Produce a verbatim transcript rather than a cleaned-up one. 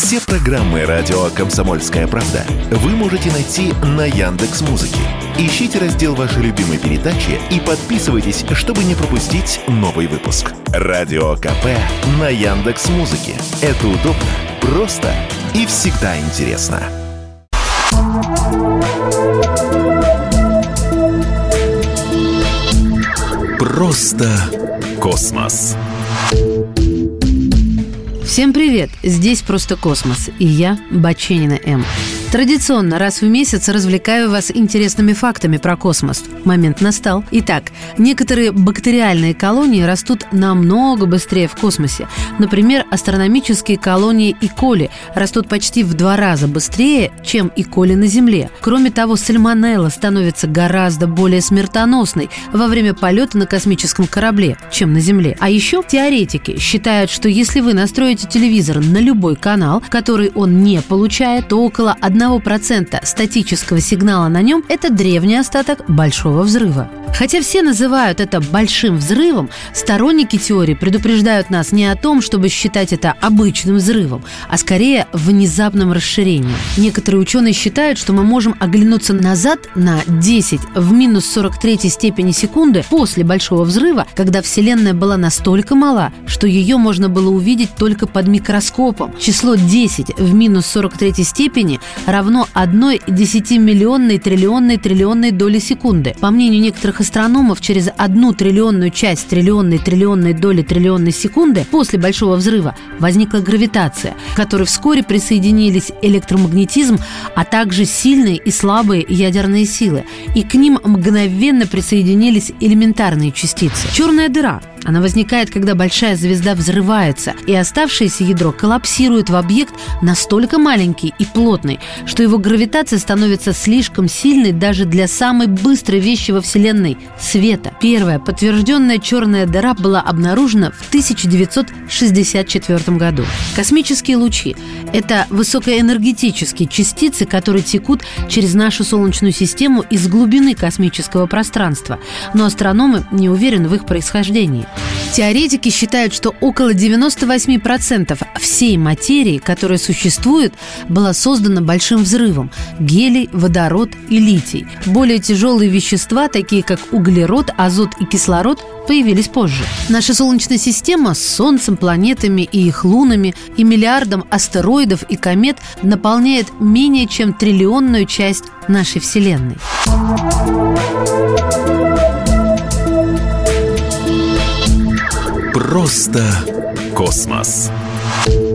Все программы радио «Комсомольская правда» вы можете найти на Яндекс.Музыке. Ищите раздел вашей любимой передачи и подписывайтесь, чтобы не пропустить новый выпуск. Радио КП на Яндекс.Музыке. Это удобно, просто и всегда интересно. Просто космос. Всем привет! Здесь «Просто космос» и я, Баченина М. Традиционно раз в месяц развлекаю вас интересными фактами про космос. Момент настал. Итак, некоторые бактериальные колонии растут намного быстрее в космосе. Например, астрономические колонии И. коли растут почти в два раза быстрее, чем И. коли на Земле. Кроме того, сальмонелла становится гораздо более смертоносной во время полета на космическом корабле, чем на Земле. А еще теоретики считают, что если вы настроите телевизор на любой канал, который он не получает, то около одного процента статического сигнала на нем – это древний остаток Большого взрыва. Хотя все называют это большим взрывом, сторонники теории предупреждают нас не о том, чтобы считать это обычным взрывом, а скорее внезапным расширением. Некоторые ученые считают, что мы можем оглянуться назад на десять в минус сорок третьей степени секунды после Большого взрыва, когда Вселенная была настолько мала, что ее можно было увидеть только под микроскопом. Число десять в минус сорок третьей степени равно одной десятимиллионной триллионной триллионной доли секунды. По мнению некоторых астрономов, через одну триллионную часть триллионной триллионной доли триллионной секунды после Большого взрыва возникла гравитация, к которой вскоре присоединились электромагнетизм, а также сильные и слабые ядерные силы. И к ним мгновенно присоединились элементарные частицы. Черная дыра. Она возникает, когда большая звезда взрывается, и оставшееся ядро коллапсирует в объект настолько маленький и плотный, что его гравитация становится слишком сильной даже для самой быстрой вещи во Вселенной – света. Первая подтвержденная черная дыра была обнаружена в тысяча девятьсот шестьдесят четвёртом году. Космические лучи – это высокоэнергетические частицы, которые текут через нашу Солнечную систему из глубины космического пространства, но астрономы не уверены в их происхождении. Теоретики считают, что около девяносто восемь процентов всей материи, которая существует, была создана Большим взрывом – гелий, водород и литий. Более тяжелые вещества, такие как углерод, азот и кислород, появились позже. Наша Солнечная система с Солнцем, планетами и их лунами и миллиардом астероидов и комет наполняет менее чем триллионную часть нашей Вселенной. Просто космос.